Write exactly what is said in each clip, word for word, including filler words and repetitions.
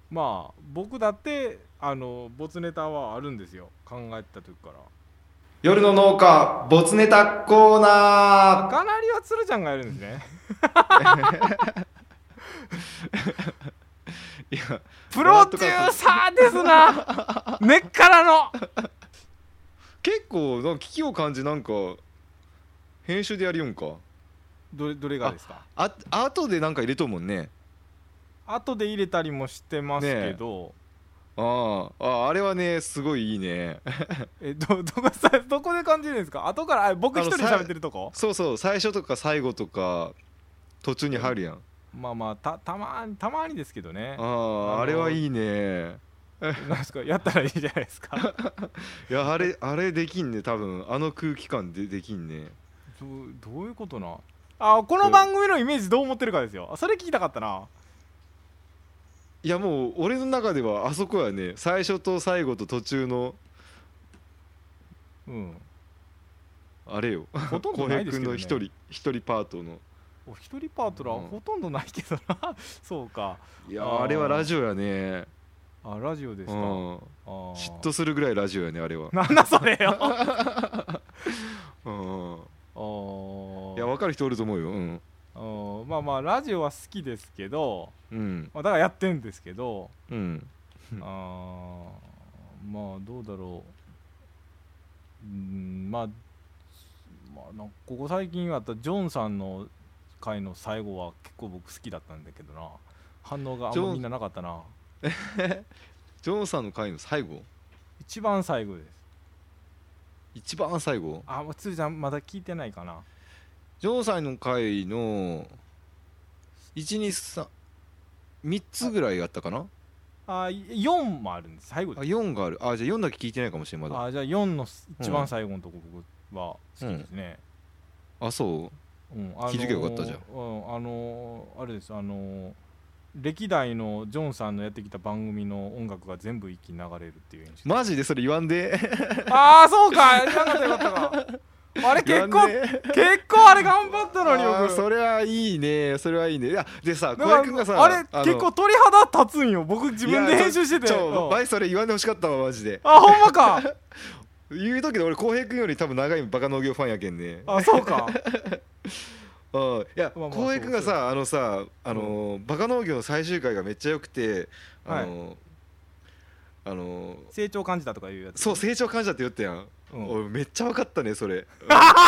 まあ僕だってあのボツネタはあるんですよ、考えてた時から。 夜の農家ボツネタコーナー。 かなりは鶴ちゃんがやるんですねいやプロデューサーですな根っからの。 結構なんか危機を感じ、なんか編集でやるよんか。 どれどれがですか？ ああ後でなんか入れとうもんね。 後で入れたりもしてますけど、 あああれはねすごいいいねえどどこさどこで感じるんですか？後からあ僕一人で喋ってるとこ？ そうそう、最初とか最後とか途中に入るやん。 まあまあたたまにたまにですけどね。 あああれはいいね。 なんですか、やったらいいじゃないですかいやあれあれできんね、多分あの空気感でできんね。 どどういうことなあ。この番組のイメージどう思ってるかですよ。それ聞きたかったな。 いやもう俺の中ではあそこやね、最初と最後と途中のうんあれよ、 ほとんどないですけどね。 浩平君の一人一人パートの。 お一人パートナー、 うんほとんどないけどなそうか。 いやあーあれはラジオやね。 あラジオですか。 うん、 あ嫉妬するぐらいラジオやねあれは。 なんだそれようん、 あーいや分かる人おると思うよ。うんあーまあまあラジオは好きですけど、 うんまあ、だからやってんですけどうんあーまあどうだろう。うんまあ、まあ、なんかここ最近あったジョンさんの回の最後は結構僕好きだったんだけどな。反応があんまみんななかったな。 ジョンさんの回の最後、 一番最後です。 一番最後、 あもうつーちゃんまだ聞いてないかな。 ジョンさんの回のいちにさんみっつぐらいあったかな。 あよんもあるんです。最後あです。 よんがある。あじゃあよんだけ聞いてないかもしれんまだ。 あじゃあよんの一番最後のとこ僕は好きですね。 あそうん、あのー、 聞いとけばよかったじゃんうんあのー、あれですあのー、歴代のジョンさんのやってきた番組の音楽が全部一気に流れるっていう演出。 うマジでそれ言わんでああそうか、やらなかったよかったか。あれ結構結構あれ頑張ったのに僕。 あそれはいいね、それはいいね。いやでさ小だから江君がさあれの結構鳥肌立つんよ僕自分で編集してて。 いやちょちょうんバイそれ言わんでほしかったわマジで。 あほんまか言うときで俺浩平君より多分長いバカ農業ファンやけんね。 あそうかうん、いやまあまあ浩平君がそうさあのさあのーバカ農業の最終回がめっちゃ良くてあのーあのー成長感じたとかいうやつ。 そう成長感じたって言ったやん、 うん、 俺めっちゃ分かったねそれ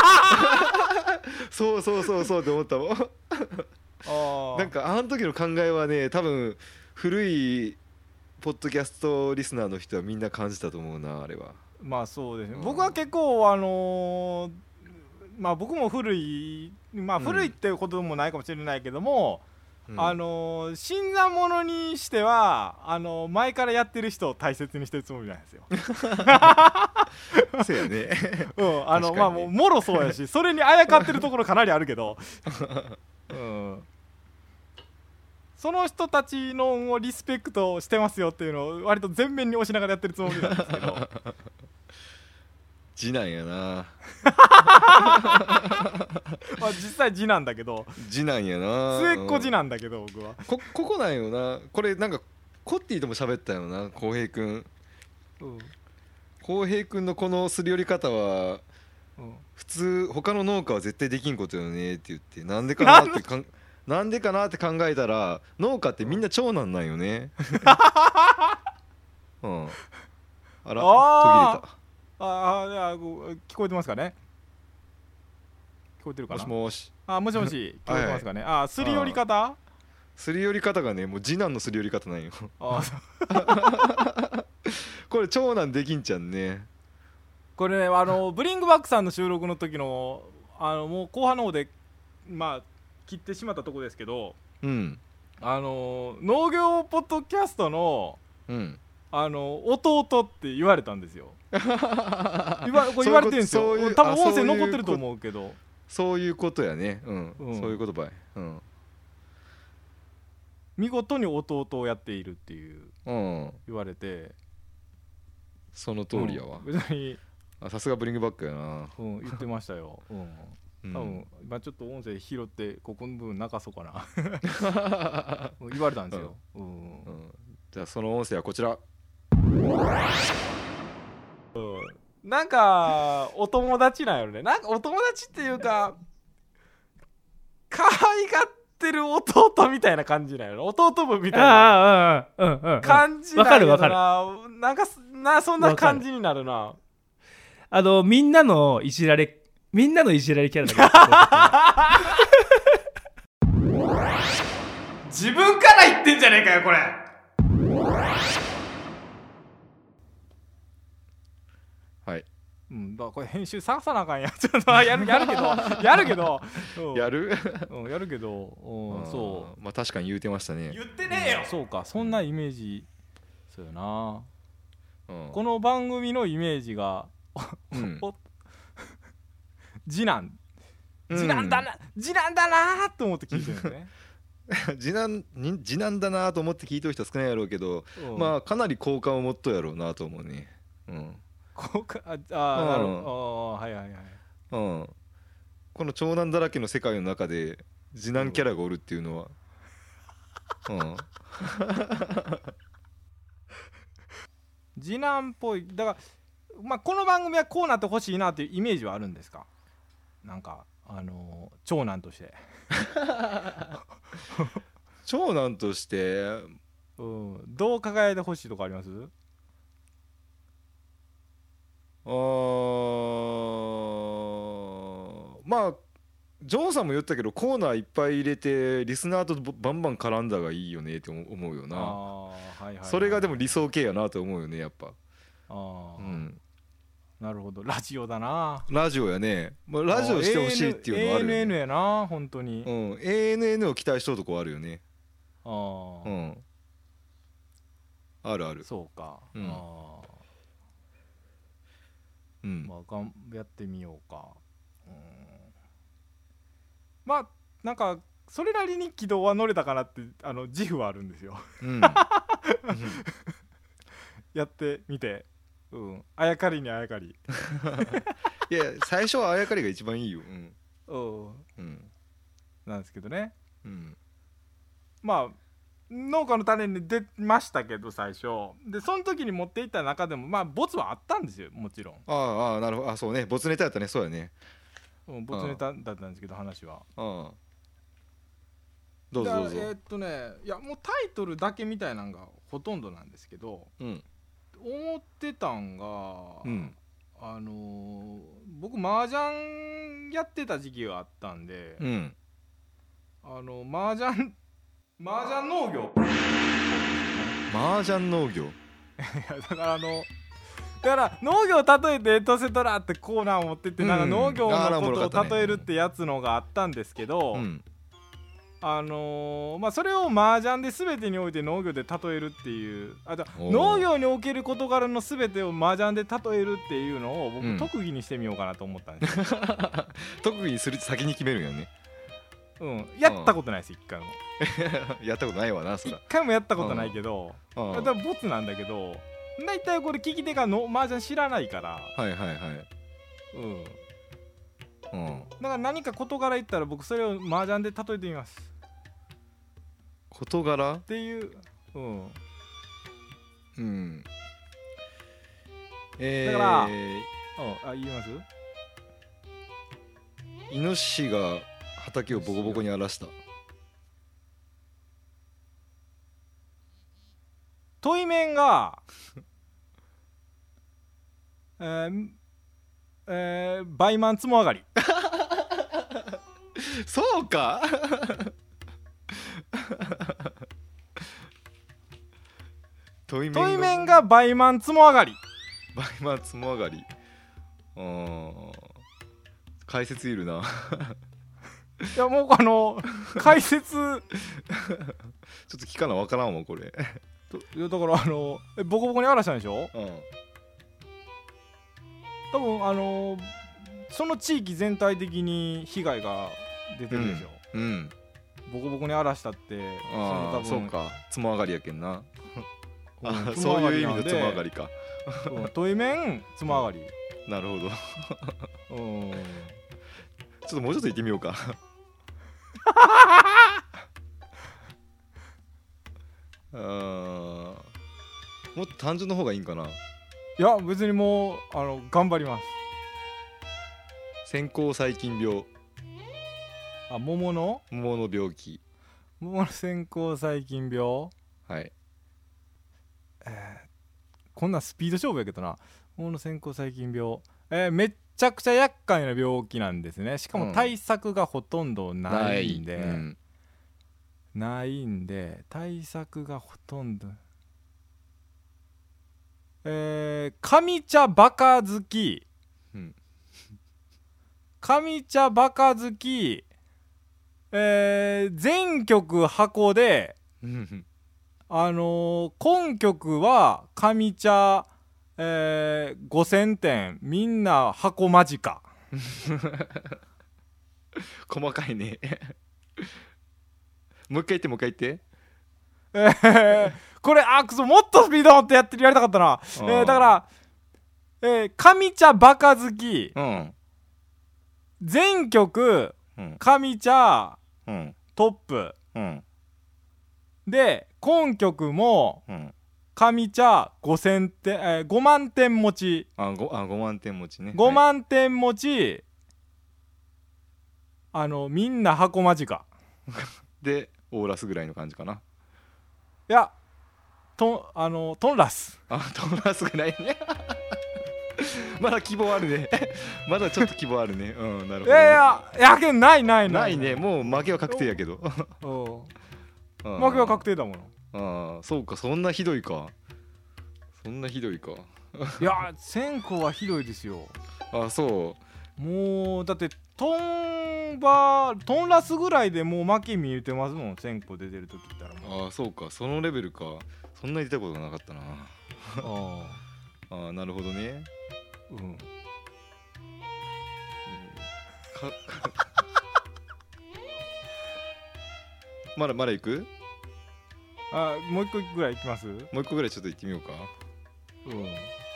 そうそうそうそうって思ったもんあなんかあの時の考えはね多分古いポッドキャストリスナーの人はみんな感じたと思うなあれは。 まあそうですね、 うん僕は結構あのー、まあ僕も古いまあ古いっていうこともないかもしれないけども、うん、あのー、新参者にしてはあのー、前からやってる人を大切にしてるつもりなんですよそうやねうんあのまあもうもろそうやしそれにあやかってるところかなりあるけどうんその人たちのをリスペクトしてますよっていうのを割と全面に押しながらやってるつもりなんですけど次男やなまあ実際次なんだけど次男やな末っ子次なんだけど僕はこ, ここなんよなこれなんかコッティとも喋ったよな浩平くん浩、うん、平くんのこのすり寄り方は、うん、普通他の農家は絶対できんことよねって言ってなんでかなってかんなんでかなって考えたら農家ってみんな長男なんよね、うん、あら途切れた。 ああ聞こえてますかね。聞こえてるかな。 もしもし。 あもしもし聞こえてますかね。はいはい、あすり寄り方すり寄り方がねもう次男のすり寄り方なんよあこれ長男できんちゃんね。 これねあのブリングバックさんの収録の時のあのもう後半の方でまあ切ってしまったとこですけど、 うん、 あの農業ポッドキャストの、うん、あの弟って言われたんですよ言わ, これ言われてるんですよ。多分音声残ってると思うけどそういうことやね、うんうん、そういうことばい、うん、 見事に弟をやっているっていう、うん、言われてその通りやわ、 うん、別にさすがブリングバックやな、 うん、言ってましたよ、うん多分、うん、まあ、ちょっと音声拾ってここの部分流そうかな言われたんですよ、うんうん、 じゃあその音声はこちら。 なんかお友達なんやろね。なんかお友達っていうか可愛がってる弟みたいな感じなんやろ。弟分みたいな感じなんやろな。わかるわかる。なんかな、そんな感じになるな。 あのみんなのいじられみんなのいじられキャラだけど自分から言ってんじゃねえかよこれ。 はい。 うん、だからこれ編集探さなあかんや。ちょっとやるやるけどやるけど、うん、 やるうん、やるけど、うん、そうまあ確かに言うてましたね。 言ってねえよ、うん、そうか、そんなイメージ、そうよな、 うん、 この番組のイメージが、うん、次男次男だな、うん、次男だなと思って聞いてるんですね次男に次男だなと思って聞いてる人少ないやろうけど、うん、まあかなり好感を持っとやろうなと思うね。うん。 好感、ああ、うん、なるほど、はいはいはい。 うん。この長男だらけの世界の中で次男キャラがおるっていうのは、うん。うん、 次男っぽい。だから、まあこの番組はこうなってほしいなっていうイメージはあるんですか。なんかあのー、長男として。 長男として、 うん、どう輝いてほしいとかあります？ あまあジョンさんも言ったけどコーナーいっぱい入れてリスナーとバンバン絡んだがいいよねって思うよな。あ、はいはいはい、それがでも理想形やなと思うよねやっぱ。あ、うん、 なるほど。ラジオだな。 ラジオやね、まあ、ラジオしてほしいっていうのはあるよね。 エーエヌエヌ やな本当に、 うん、エーエヌエヌ を期待しとるとこあるよね。あ、うん、あるある。 そうか、うん、あ、うん、まあがんやってみようか。うん、まあなんかそれなりに軌道は乗れたかなってあの自負はあるんですよ、うん、やってみて、うん、あやかりにあやかりいや最初はあやかりが一番いいよ、うん、 うん、なんですけどね、 うん、 まあ農家の種に出ましたけど最初で、その時に持っていった中でもまあボツはあったんですよ、もちろん。 ああなるほど。あ、そうね、ボツネタやったね。そうやね、 うん、ボツネタだったんですけど話は。 ああどうぞどうぞ。 えー、っとねいやもうタイトルだけみたいなのがほとんどなんですけど、うん、思ってたんが、うん、あのー、僕麻雀やってた時期があったんで、うん、あの麻雀麻雀農業麻雀農業いやだからあのだから農業を例えてエトセトラってコーナーを持ってって、うん、なんか農業のことを例えるってやつのがあったんですけど、うん、あのー、まあそれを麻雀で全てにおいて農業で例えるっていう、あと農業における事柄の全てを麻雀で例えるっていうのを僕、うん、特技にしてみようかなと思ったんですよ特技にするって先に決めるんやね。 うん、やったことないです一回もやったことないわなそら。 一回もやったことないけど、だからボツなんだけど、大体これ聞き手がの麻雀知らないから、 はいはいはい、 うん、うん、だから何か事柄言ったら僕それを麻雀で例えてみます。 事柄っていう、うんうん、 えー、 だから、うん、あ、言います？ イノシシが畑をボコボコに荒らした。 対面がえーえー、バイマンつも上がりそうか対面が対面がバイマンつも上がりバイマンつも上がり。あー解説いるな。 いやもうあの解説ちょっと聞かなわからんわこれ。 いやだからあのえボコボコに荒らしたんでしょ、うん、多分あのその地域全体的に被害が出てるでしょ、うんうん、ボコボコに荒らしたって。 ああそうか、つも上がりやけんなうん、そういう意味のつも上がりか。 うん、対面つも上がり。 なるほど。うん、ちょっともうちょっと行ってみようか。あもっと単純の方がいいんかな。 いや別にもうあの頑張ります。 先行細菌病、 あ桃の桃の病気。 桃の先行細菌病、 はい。 えー、こんなんスピード勝負やけどな。桃の先行細菌病、えー、めっちゃくちゃ厄介な病気なんですね。しかも対策がほとんどないんで、 ない、うん、 ないんで対策がほとんど、えー、上茶バカ好き、 うん、 上茶バカ好き、えー、全曲箱であのー、今曲は上茶、えー、ごせんてんみんな箱間近細かいねもう一回言ってもう一回言って。 えー、これあくそもっとスピード持ってやってやりたかったな。えー、だから、えー、上茶バカ好き、 うん、 全曲、うん、上茶、うん、トップ、うん、で今曲も、うん、上茶ごせんてん、えー、ごまんてん持ち。 あ 5, あごまんてん持ちね。 ごまんてん持ち、はい、あのみんな箱間近でオーラスぐらいの感じかな。 いやトあのトンラス。 あトンラスぐらいねまだ希望あるねまだちょっと希望あるね。うんなるほど、ね、 いやいややけんないないないないね。もう負けは確定やけど負けは確定だもの。ああそうか、そんなひどいか。そんなひどいかいや先行はひどいですよ。 あそう。 もうだってトンバトンラスぐらいでもう負け見えてますもん、先行出てる時ったら。 ああそうか、そのレベルか。そんなに出たことがなかったなああなるほどね。 うん、うん、 まだまだ行く？ あもう一個ぐらい行きます？もう一個ぐらいちょっと行ってみようか。 うん、うん、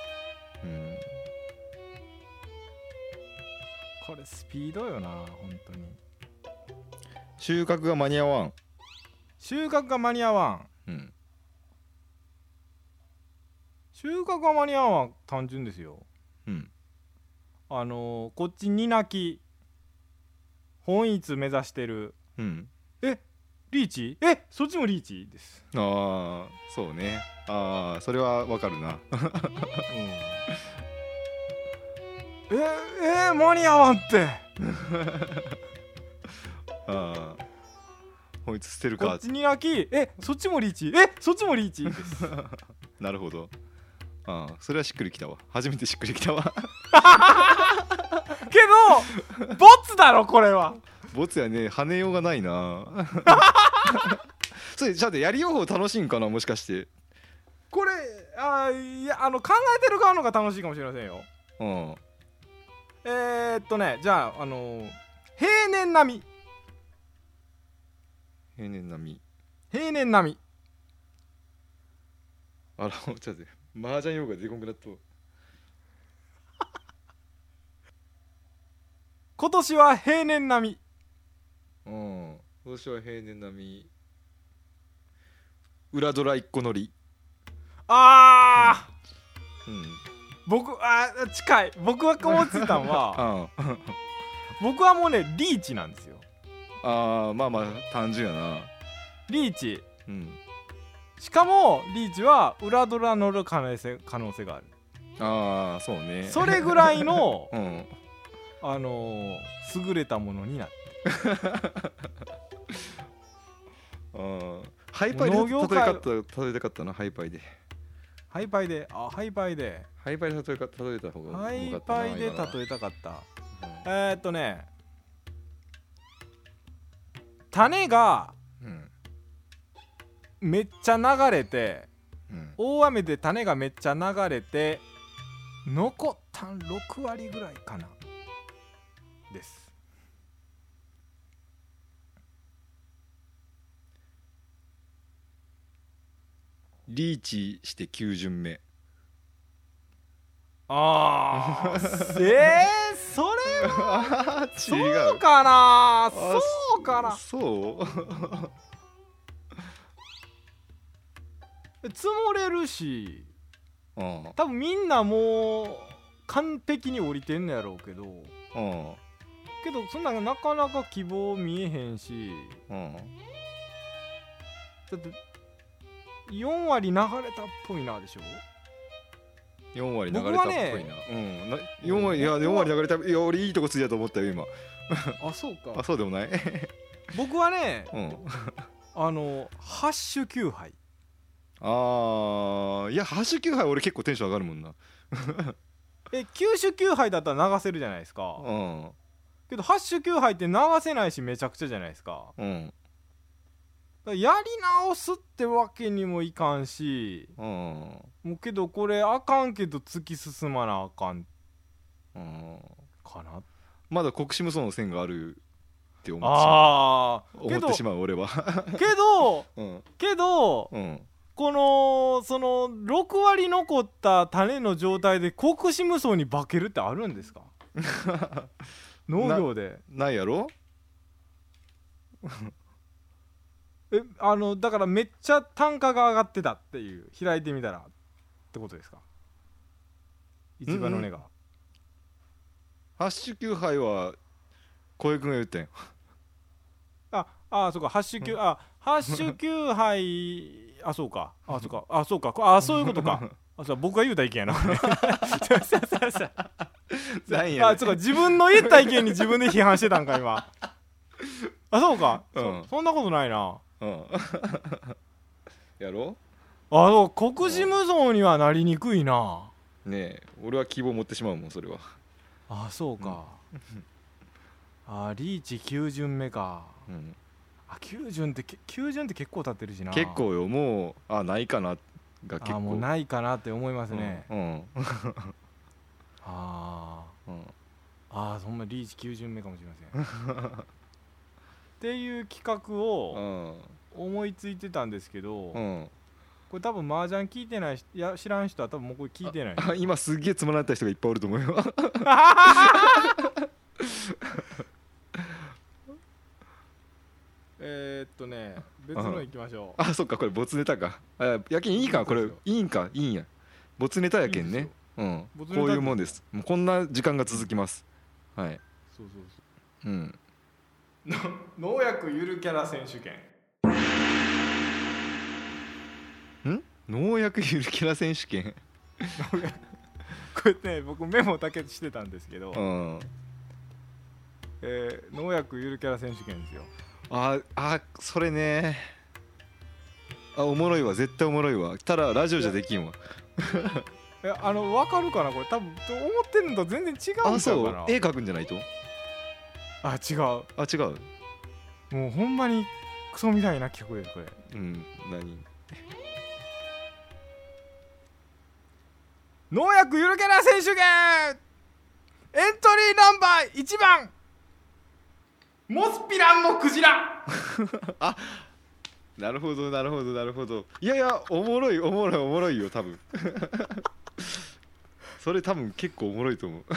これスピードよな本当に。 収穫が間に合わん。 収穫が間に合わん、うん、収穫が間に合わんは単純ですよ。うんあのー、こっちに泣き本一目指してる、うん、えリーチえそっちもリーチです。 ああそうね。ああそれはわかるな、うん、 ええー、間に合わんってああこいつ捨てるか。 こっちに泣きえそっちもリーチえそっちもリーチですなるほど。ああそれはしっくりきたわ。初めてしっくりきたわけどボツだろこれは。 ボツやね。跳ねようがないなそれじゃあやりよう方楽しいんかなもしかして。 これあいやあの考えてる側の方が楽しいかもしれませんよ。うんえー、っとねじゃああのー、平年並み平年並み平年並みあらちょっと待って麻雀用語が出てこんくなっと今年は平年並み。 うん今年は平年並み。裏ドラ一個乗り。 あー、うんうん、僕あ近い。僕が思ってたのは僕はもうねリーチなんですよ。 ああまあまあ単純やなリーチ、うん、しかもリーチは裏ドラ乗る可能性、可能性がある。 ああそうね。 それぐらいの、うん、あのー、優れたものになってあハイパイで例えかった例えたかったな。ハイパイでハイパイであハイパイでハイパイで例えか例えた方がハイパイで例えたかった、うん、えー、っとね種が、うん、めっちゃ流れて、うん、大雨で種がめっちゃ流れて残ったんろくわりぐらいかなです。 リーチしてきゅう巡目。 あーえー、それは違うかなそうかなそう積もれるしうん多分みんなもう完璧に降りてんのやろうけど、 うんけどそんなんなかなか希望見えへんし、 うんだってよんわり流れたっぽいなでしょ。 よんわり流れたっぽいな、 僕はねうんなよん割いやよん割流れたいや俺いいとこついたと思ったよ今。 あそうかあそうでもない僕はねうんあのハッシュきゅうはいあーいやハッシュきゅうはい俺結構テンション上がるもんな。 えきゅう種きゅうはいだったら流せるじゃないですか、 うんけどハッシュきゅうはいって流せないしめちゃくちゃじゃないですか。 うんだからやり直すってわけにもいかんし、 うんもうけどこれあかんけど突き進まなあかんうんかな。 まだ国士無双の線があるって思ってしまうああけど思ってしまう俺は。 けどうんけどうんこのそのろく割残った種の状態で国士無双に化けるってあるんですか農業で。 ないやろ。 えあのだからめっちゃ単価が上がってたっていう開いてみたらってことですか。一番の値が、 ハッシュきゅうはいは小江君が言ったんよ。 ああそうかハッシュきゅう、あハッシュきゅうはいあそうかあそうかあそうかあそういうことかあそう僕が言うた意見やななんやねんあそうか自分の言った意見に自分で批判してたんか今あそうか、 うんそそんなことないな。 うんやろあそう国士無双にはなりにくいな。 ねえ俺は希望持ってしまうもんそれは。 あそうか、あリーチきゅう巡目か。 うんあきゅう巡ってけきゅう巡って結構経ってるしな。 結構よもうあないかなが結構あもうないかなって思いますね、 うんうんあーうんあーそんなリーチきゅう巡目かもしれませんっていう企画を思いついてたんですけど、 うんこれ多分麻雀聞いてないしいや知らん人は多分もうこれ聞いてないあ今すっげえつまらなかった人がいっぱいおると思うよえーっとね別の行きましょう。 あそっかこれボツネタかあやけんいいかこれいいんかいいんやボツネタやけんねいいんですうんボツネタこういうもんですもうこんな時間が続きますはいそうそううんそう農薬ゆるキャラ選手権。 ん農薬ゆるキャラ選手権これね僕メモだけしてたんですけど、 うんえー農薬ゆるキャラ選手権ですよ。 ああそれねあおもろいわ絶対おもろいわただラジオじゃできんわいやあの分かるかなこれ多分思ってるのと全然違うんあちゃうかな。 そう絵描くんじゃないとあ違うあ違うもうほんまにクソみたいな企画ですこれ。 うん何農薬ゆるキャラ選手権エントリーナンバーいちばんモスピランのクジラ。 なるほどなるほどなるほどいやいやおもろいおもろいおもろいよ多分それ多分結構おもろいと思う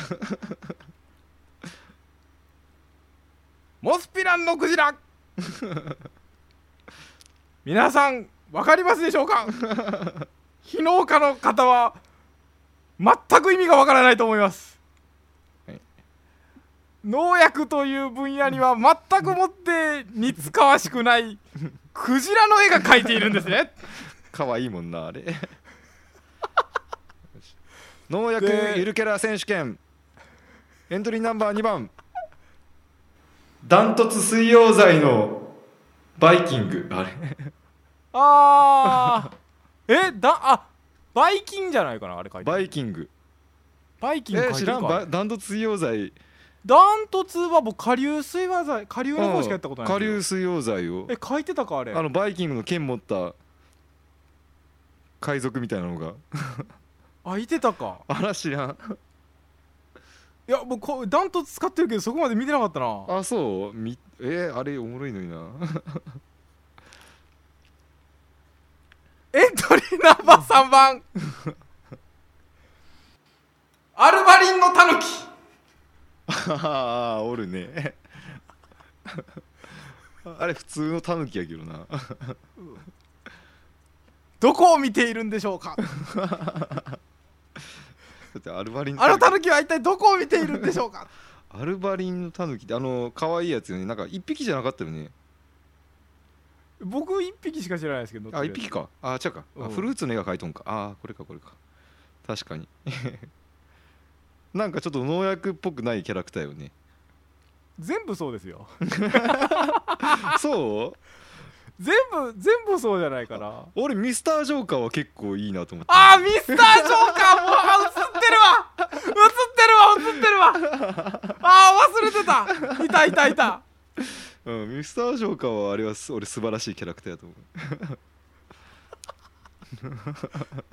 モスピランのクジラ皆さん分かりますでしょうか非農家の方は全く意味がわからないと思います、 はい、 農薬という分野には全くもって似つかわしくないクジラの絵が描いているんですね可愛いもんなあれ農薬でゆるキャラ選手権エントリーナンバーにばんダントツ水溶剤のバイキングあれあーえだあバイキンじゃないかなあれ書いてバイキングバイキン書いてるかえ知らんばダントツ水溶剤ダントツは僕下流水和剤下流の方しかやったことない下んですよ流水溶剤をえ書いてたかあれあのバイキングの剣持った海賊みたいなのがあいてたかあら知らんいや僕こダントツ使ってるけどそこまで見てなかったなあそうみえー、あれおもろいのになエントリーナンバーさんばんアルバリンのタヌキああおるねあれ普通のタヌキやけどなどこを見ているんでしょうかだってアルバリンあのタヌキは一体どこを見ているんでしょうか。 アルバリンのタヌキってあの可愛いやつよね。なんか一匹じゃなかったよね。 僕一匹しか知らないですけど。 あ一匹か。あ違うか、あフルーツの絵が描いとんか。あこれかこれか。確かになんかちょっと農薬っぽくないキャラクターよね。 全部そうですよそう全部全部そうじゃないかな。 俺ミスタージョーカーは結構いいなと思って。 あーミスタージョーカーもう映ってるわ映ってるわ映ってるわあー忘れてた。いたいたいたうん、ミスタージョーカーはあれは俺素晴らしいキャラクターやと思う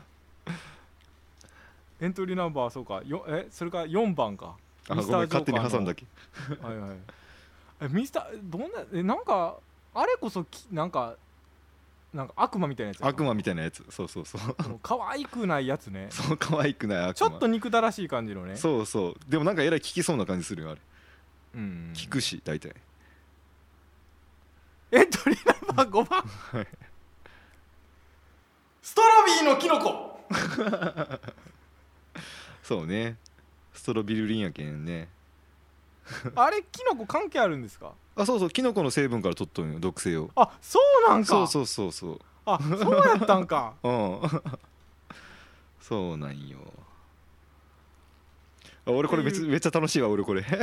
エントリーナンバーそうかよえそれかよんばんか。 あごめん勝手に挟んだっけはいはいえミスターどんなえなんかあれこそきなんかなんか悪魔みたいなやつやな。 悪魔みたいなやつ。そうそうそうもう可愛くないやつね。 そう可愛くない悪魔。 ちょっと憎たらしい感じのね。 そうそうでもなんかえらい効きそうな感じするよあれ。 うん効くし大体。 エントリーナンバーごばんはいストロビーのキノコそうねストロビルリンやけんねあれキノコ関係あるんですか。 あそうそうキノコの成分から取っとんよ毒性を。 あそうなんか。 そうそうそうそうあそうやったんかうんそうなんよ。あ俺これめっちゃめっちゃ楽しいわ俺これ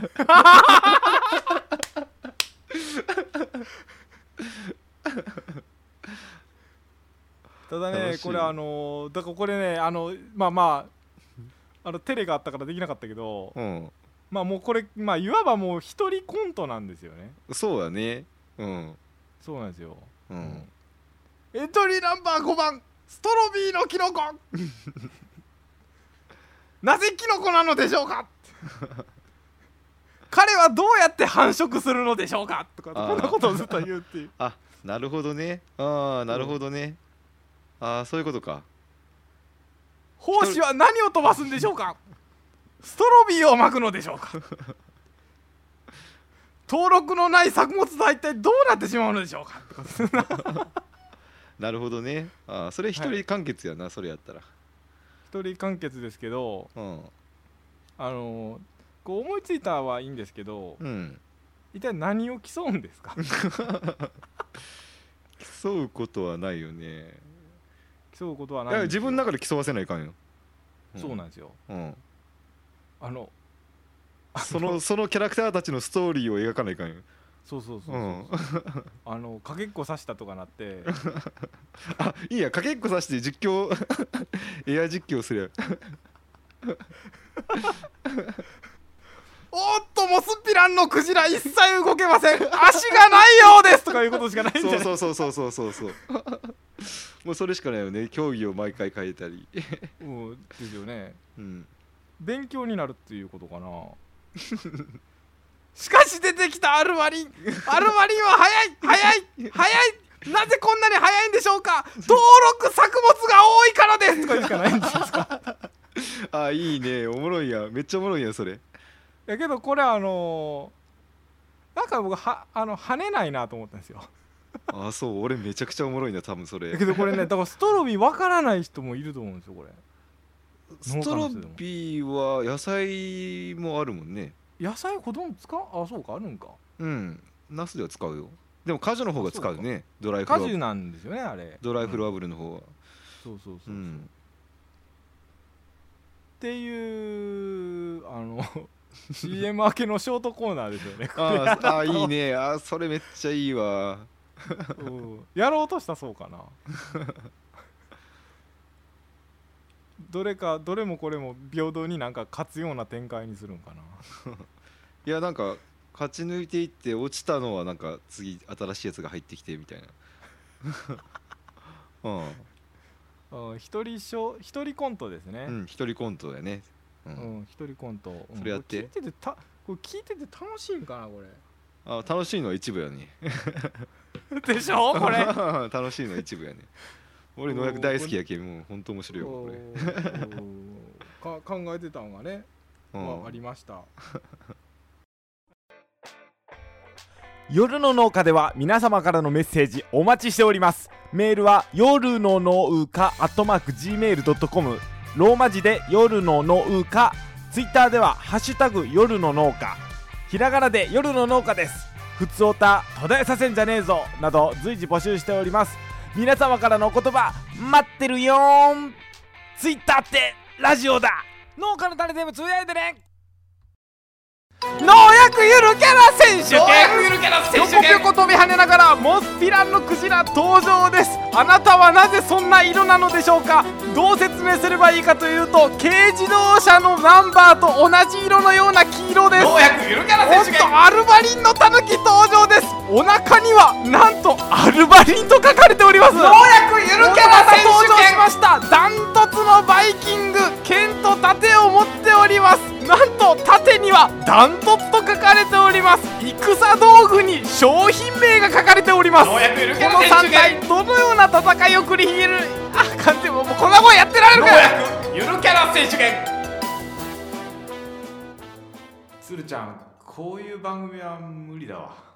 ただね楽しいこれあのーだからこれねあのまあまああのテレがあったからできなかったけど、 うんまあもうこれまあいわばもう一人コントなんですよね。 そうだねうんそうなんですよ。 うんエントリーナンバーごばんストロビーのキノコなぜキノコなのでしょうか彼はどうやって繁殖するのでしょうかとかこんなことをずっと言うっていうあなるほどねああなるほどね、ああそういうことか。 胞子は何を飛ばすんでしょうかストロビーをまくのでしょうか登録のない作物とは一体どうなってしまうのでしょうかなるほどね。ああそれ一人完結やな、はい、それやったら一人完結ですけど、 うん、 あのー、こう思いついたはいいんですけど、 うん、 一体何を競うんですか競うことはないよね。 競うことはない。 いや自分の中で競わせないかんよ、 うん、そうなんですよ、 うん、 あのそのそのキャラクターたちのストーリーを描かないかんよ。 そうそうそうそう、うん、あのかけっこさしたとかなってあいいやかけっこさして実況エア実況するやおっとモスピランのクジラ一切動けません足がないようですとかいうことしかないんじゃない。 そうそうそうそうそうそうもうそれしかないよね。競技を毎回変えたりうんですよね、 うん、 勉強になるっていうことかなしかし出てきたアルマリンアルマリンは速い速い速いなぜこんなに速いんでしょうか登録作物が多いからですとか言うしかないんですかあいいねおもろいやめっちゃおもろいやそれ。 やけどこれあのー、なんか僕はあの跳ねないなと思ったんですよあそう俺めちゃくちゃおもろいな多分それ。 だけどこれねだからストロビーわからない人もいると思うんですよこれ。 ストロビーは野菜もあるもんね。 野菜ほとんど使うあそうかあるんか。 うんナスでは使うよ。でも果樹の方が使うね。ドライフ果樹なんですよねあれ。 ドライフロアブルの方は、うん、 そうそうそうそう、うん、っていうあのシーエム 明けのショートコーナーですよねああいいねあそれめっちゃいいわやろうとしたそうかなどれかどれもこれも平等になんか勝つような展開にするんかないやなんか勝ち抜いていって落ちたのはなんか次新しいやつが入ってきてみたいなうん一人ショ一人コントですね。 うん一人コントだよね。 うん、うん、一人コント、うん、 それやって聞いててたこれ聞いてて楽しいんかなこれ。 あ楽しいのは一部やねでしょこれ楽しいのは一部やね。俺農薬大好きやけんもう本当面白いよこれか考えてたんがね、まあ、ありました夜の農家では皆様からのメッセージお待ちしております。メールは夜の農家アットマーク ジーメールドットコム、 ローマ字で夜の農家、ツイッターではハッシュタグ夜の農家、ひらがなで夜の農家です。ふつおた途絶えさせんじゃねえぞなど随時募集しております。皆様からのお言葉待ってるよーん。ツイッターってラジオだ。農家の種全部つぶやいてね。農薬ゆるキャラ選手権、農薬ゆるキャラ選手権、ぴょこぴょこ飛び跳ねながらモスピランのクジラ登場です。あなたはなぜそんな色なのでしょうか。どう説明すればいいかというと、軽自動車のナンバーと同じ色のような黄色です。農薬ゆるキャラ選手権、おっとアルバリンのタヌキ登場です。お腹にはなんとアルバリンと書かれております。農薬ゆるキャラ選手権、登場しました。ダントツのバイキング、剣と盾を持っております。なんと盾にはダントツと書かれております。戦道具に商品名が書かれております。このさん体どのような戦いを繰り広げる、あ、完全もうこんなもんやってられるか。農薬ゆるキャラ選手権。 鶴ちゃん、こういう番組は無理だわ。